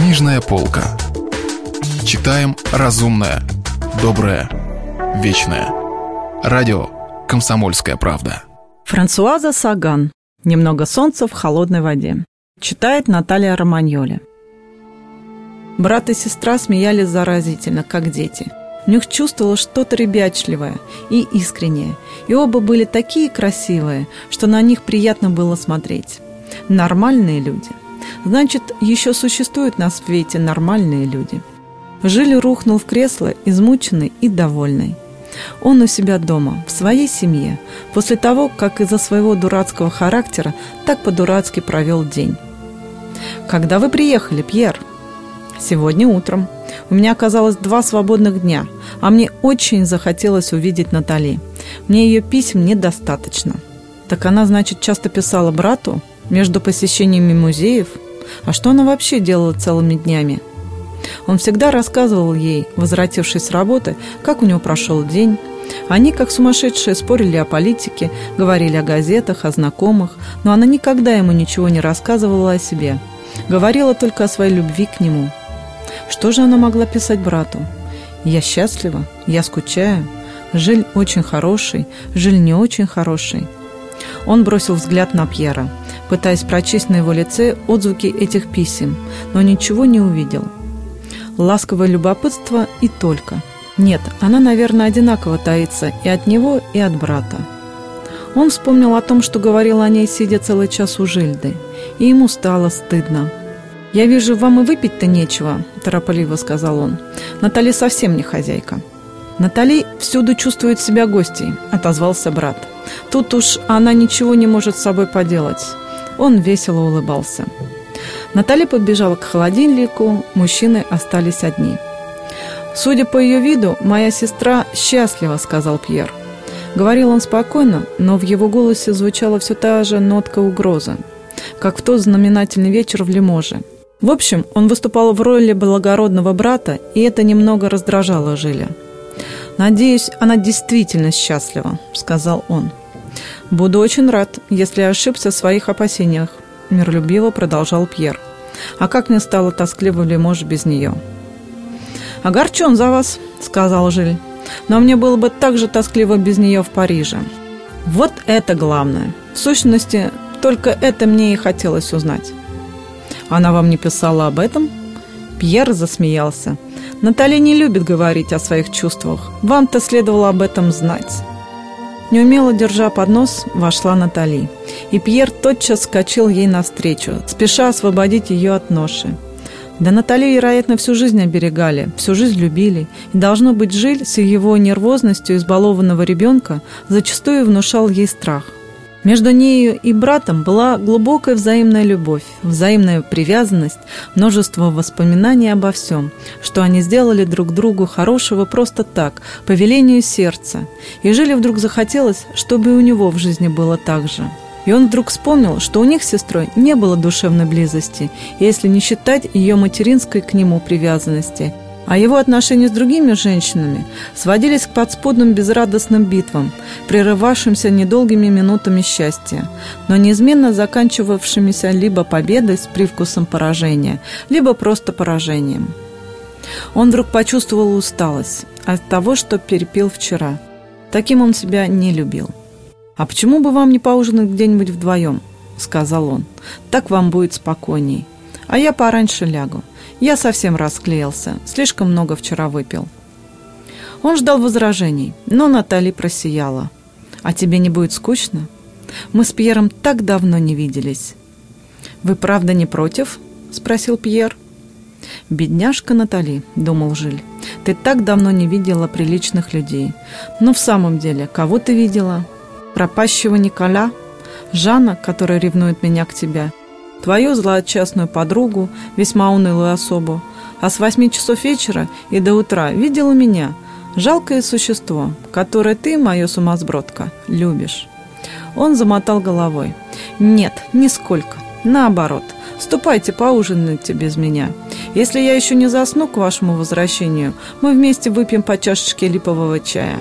Книжная полка. Читаем разумное, доброе, вечное. Радио «Комсомольская правда». Франсуаза Саган. «Немного солнца в холодной воде». Читает Наталья Романьоли. Брат и сестра смеялись заразительно, как дети. В них чувствовалось что-то ребячливое и искреннее, и оба были такие красивые, что на них приятно было смотреть. Нормальные люди. Значит, еще существуют на свете нормальные люди. Жиль рухнул в кресло, измученный и довольный. Он у себя дома, в своей семье, после того, как из-за своего дурацкого характера так по-дурацки провел день. «Когда вы приехали, Пьер?» «Сегодня утром. У меня оказалось 2 свободных дня, а мне очень захотелось увидеть Натали. Мне ее писем недостаточно». «Так она, значит, часто писала брату между посещениями музеев? А что она вообще делала целыми днями?» Он всегда рассказывал ей, возвратившись с работы, как у него прошел день. Они, как сумасшедшие, спорили о политике, говорили о газетах, о знакомых, но она никогда ему ничего не рассказывала о себе. Говорила только о своей любви к нему. Что же она могла писать брату? «Я счастлива, я скучаю, Жиль очень хороший, Жиль не очень хороший». Он бросил взгляд на Пьера, пытаясь прочесть на его лице отзвуки этих писем, но ничего не увидел. Ласковое любопытство и только. Нет, она, наверное, одинаково таится и от него, и от брата. Он вспомнил о том, что говорил о ней, сидя целый час у Жильды, и ему стало стыдно. «Я вижу, вам и выпить-то нечего», – торопливо сказал он. «Натали совсем не хозяйка». «Натали всюду чувствует себя гостьей», – отозвался брат. «Тут уж она ничего не может с собой поделать». Он весело улыбался. Натали побежала к холодильнику, мужчины остались одни. «Судя по ее виду, моя сестра счастлива», – сказал Пьер. Говорил он спокойно, но в его голосе звучала все та же нотка угрозы, как в тот знаменательный вечер в Лиможе. В общем, он выступал в роли благородного брата, и это немного раздражало Жиля. «Надеюсь, она действительно счастлива», – сказал он. «Буду очень рад, если ошибся в своих опасениях», – миролюбиво продолжал Пьер. «А как мне стало тоскливо в Лиможе без нее?» «Огорчен за вас», – сказал Жиль. «Но мне было бы так же тоскливо без нее в Париже». «Вот это главное. В сущности, только это мне и хотелось узнать». «Она вам не писала об этом?» Пьер засмеялся. «Натали не любит говорить о своих чувствах. Вам-то следовало об этом знать». Неумело держа поднос, вошла Натали, и Пьер тотчас вскочил ей навстречу, спеша освободить ее от ноши. Да Натали, вероятно, всю жизнь оберегали, всю жизнь любили, и, должно быть, Жиль с его нервозностью избалованного ребенка зачастую внушал ей страх. Между нею и братом была глубокая взаимная любовь, взаимная привязанность, множество воспоминаний обо всем, что они сделали друг другу хорошего просто так, по велению сердца. И Жилю вдруг захотелось, чтобы и у него в жизни было так же. И он вдруг вспомнил, что у них с сестрой не было душевной близости, если не считать ее материнской к нему привязанности. А его отношения с другими женщинами сводились к подспудным безрадостным битвам, прерывавшимся недолгими минутами счастья, но неизменно заканчивавшимися либо победой с привкусом поражения, либо просто поражением. Он вдруг почувствовал усталость от того, что перепил вчера. Таким он себя не любил. «А почему бы вам не поужинать где-нибудь вдвоем?» – сказал он. «Так вам будет спокойней. А я пораньше лягу. Я совсем расклеился, слишком много вчера выпил». Он ждал возражений, но Натали просияла. «А тебе не будет скучно? Мы с Пьером так давно не виделись». «Вы правда не против?» – спросил Пьер. «Бедняжка Натали», – думал Жиль, – «ты так давно не видела приличных людей. Но в самом деле, кого ты видела? Пропащего Николя? Жанна, которая ревнует меня к тебе? Твою злосчастную подругу, весьма унылую особу, а с 8 часов вечера и до утра видела меня, жалкое существо, которое ты, моя сумасбродка, любишь». Он замотал головой. «Нет, нисколько. Наоборот, ступайте поужинайте без меня. Если я еще не засну к вашему возвращению, мы вместе выпьем по чашечке липового чая».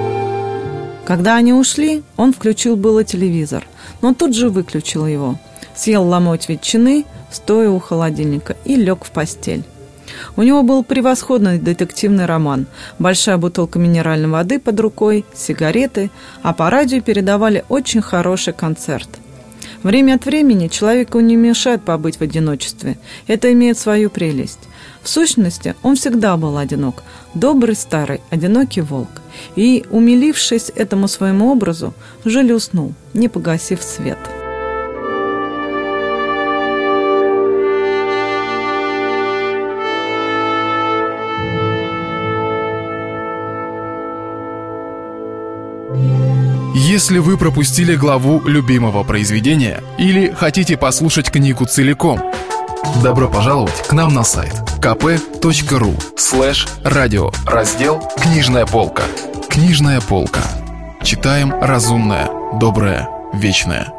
Когда они ушли, он включил было телевизор, но тут же выключил его. съел ломоть ветчины, стоя у холодильника, и лег в постель. У него был превосходный детективный роман, большая бутылка минеральной воды под рукой, сигареты, а по радио передавали очень хороший концерт. Время от времени человеку не мешает побыть в одиночестве. Это имеет свою прелесть. В сущности, он всегда был одинок, добрый старый одинокий волк. И, умилившись этому своему образу, Жюль уснул, не погасив свет. Если вы пропустили главу любимого произведения или хотите послушать книгу целиком, добро пожаловать к нам на сайт kp.ru/радио, раздел «Книжная полка». Книжная полка. Читаем разумное, доброе, вечное.